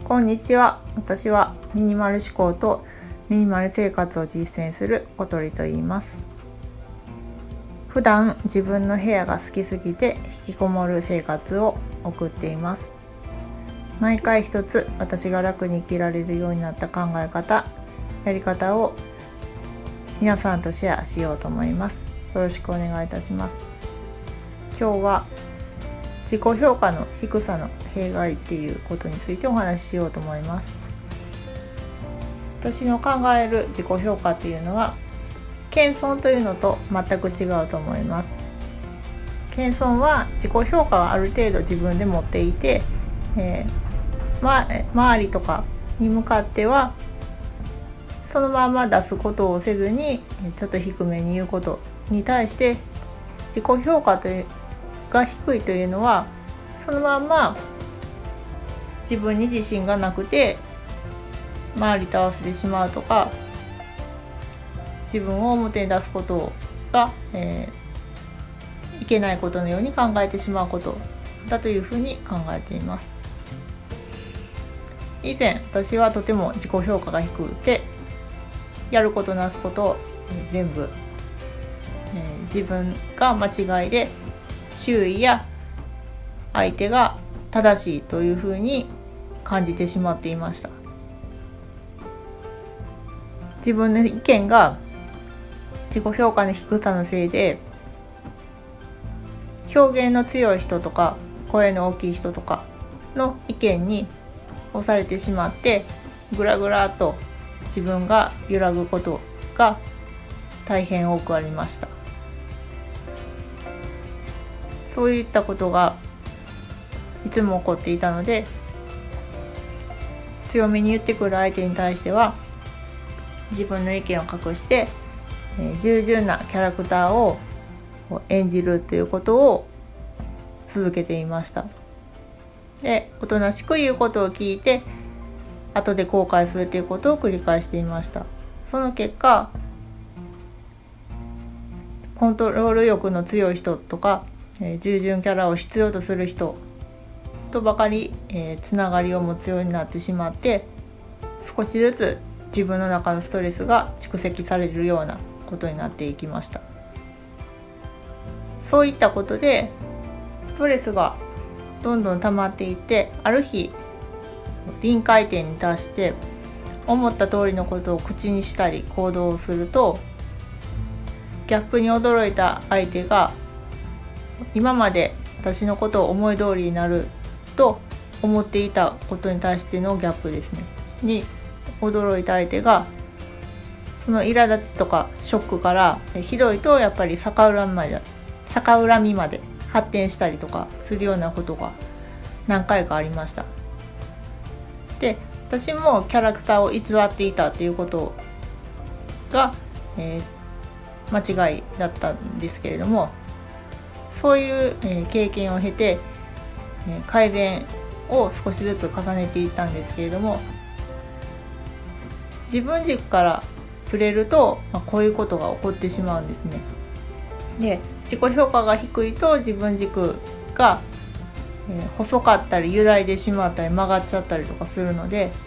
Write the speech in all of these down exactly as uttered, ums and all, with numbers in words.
こんにちは。私はミニマル思考とミニマル生活を実践する小鳥と言います。普段自分の部屋が好きすぎて引きこもる生活を送っています。毎回一つ私が楽に生きられるようになった考え方、やり方を皆さんとシェアしようと思います。よろしくお願いいたします。今日は自己評価の低さの弊害っていうことについてお話ししようと思います。私の考える自己評価っていうのは謙遜というのと全く違うと思います。謙遜は自己評価がある程度自分で持っていて、えーま、周りとかに向かってはそのまま出すことをせずにちょっと低めに言うことに対して自己評価というが低いというのはそのまま自分に自信がなくて周りと合わせてしまうとか自分を表に出すことが、えー、いけないことのように考えてしまうことだというふうに考えています。以前私はとても自己評価が低くてやることなすことを全部、えー、自分が間違いで周囲や相手が正しいというふうに感じてしまっていました。自分の意見が自己評価の低さのせいで表現の強い人とか声の大きい人とかの意見に押されてしまってぐらぐらと自分が揺らぐことが大変多くありました。そういったことがいつも起こっていたので強めに言ってくる相手に対しては自分の意見を隠して、えー、従順なキャラクターを演じるということを続けていました。で、おとなしく言うことを聞いて後で後悔するということを繰り返していました。その結果コントロール欲の強い人とかえー、従順キャラを必要とする人とばかり、えー、つながりを持つようになってしまって少しずつ自分の中のストレスが蓄積されるようなことになっていきました。そういったことでストレスがどんどん溜まっていってある日臨界点に達して思った通りのことを口にしたり行動をするとギャップに驚いた相手が今まで私のことを思い通りになると思っていたことに対してのギャップですねに驚いた相手がその苛立ちとかショックからひどいとやっぱり逆恨みまで逆恨みまで発展したりとかするようなことが何回かありました。で、私もキャラクターを偽っていたっていうことが、えー、間違いだったんですけれどもそういう、えー、経験を経て、えー、改善を少しずつ重ねていったんですけれども自分軸から触れると、まあ、こういうことが起こってしまうんですね。で、自己評価が低いと自分軸が、えー、細かったり揺らいでしまったり曲がっちゃったりとかするので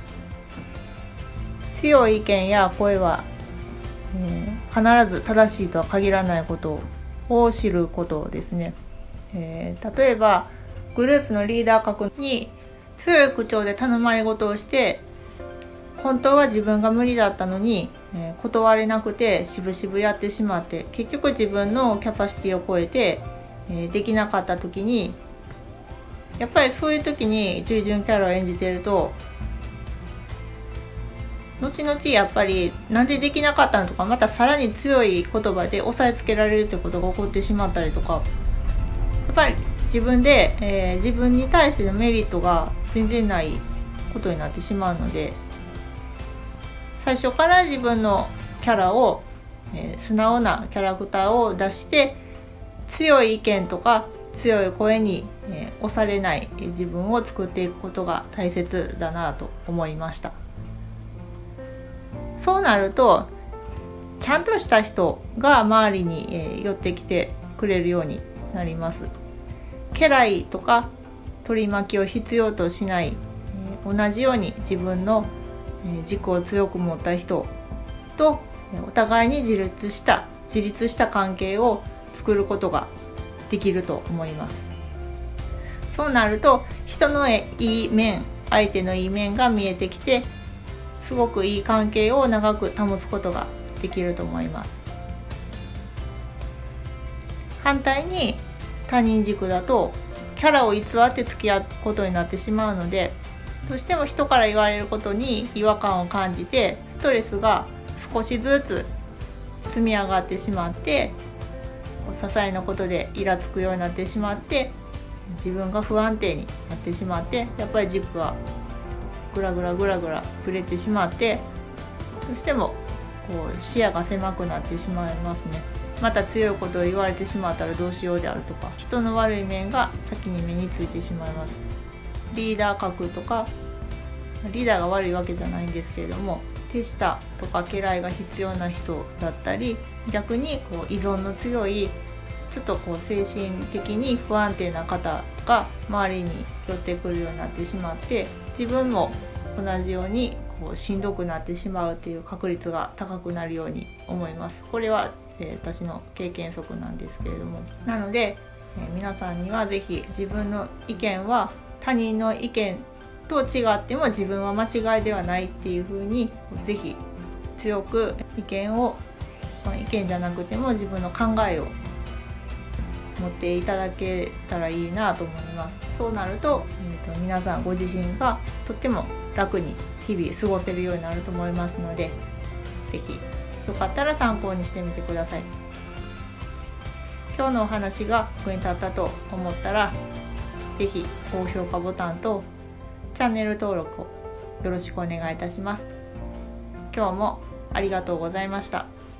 強い意見や声は、えー、必ず正しいとは限らないことをを知ることですね、えー、例えばグループのリーダー格に強い口調で頼まれ事をして本当は自分が無理だったのに、えー、断れなくて渋々やってしまって結局自分のキャパシティを超えて、えー、できなかった時にやっぱりそういう時に従順キャラを演じていると後々やっぱりなんでできなかったのとかまたさらに強い言葉で押さえつけられるってことが起こってしまったりとかやっぱり自分で、えー、自分に対してのメリットが全然ないことになってしまうので最初から自分のキャラを、えー、素直なキャラクターを出して強い意見とか強い声に、えー、押されない自分を作っていくことが大切だなと思いました。そうなるとちゃんとした人が周りに、えー、寄ってきてくれるようになります。家来とか取り巻きを必要としない、 同じように自分の軸を強く持った人とお互いに自立した自立した関係を作ることができると思います。そうなると人のいい面、相手のいい面が見えてきて、すごくいい関係を長く保つことができると思います。反対に他人軸だとキャラを偽って付き合うことになってしまうので、どうしても人から言われることに違和感を感じて、ストレスが少しずつ積み上がってしまって、些細なことでイラつくようになってしまって、自分が不安定になってしまって、やっぱり軸がぐらぐらぐらぐらぶれてしまって、どうしてもこう視野が狭くなってしまいますね。また強いことを言われてしまったらどうしようであるとか、人の悪い面が先に目についてしまいます。リーダー格とか、リーダーが悪いわけじゃないんですけれども、手下とか家来が必要な人だったり、逆にこう依存の強いちょっとこう精神的に不安定な方が周りに寄ってくるようになってしまって、自分も同じようにこうしんどくなってしまうっていう確率が高くなるように思います。これは、えー、私の経験則なんですけれども、なので、えー、皆さんにはぜひ自分の意見は他人の意見と違っても自分は間違いではないっていう風にぜひ強く意見を、まあ、意見じゃなくても自分の考えを持っていただけたらいいなと思います。そうなると、えーと、皆さんご自身がとっても楽に日々過ごせるようになると思いますので、ぜひよかったら参考にしてみてください。今日のお話が役に立ったと思ったら、ぜひ高評価ボタンとチャンネル登録をよろしくお願いいたします。今日もありがとうございました。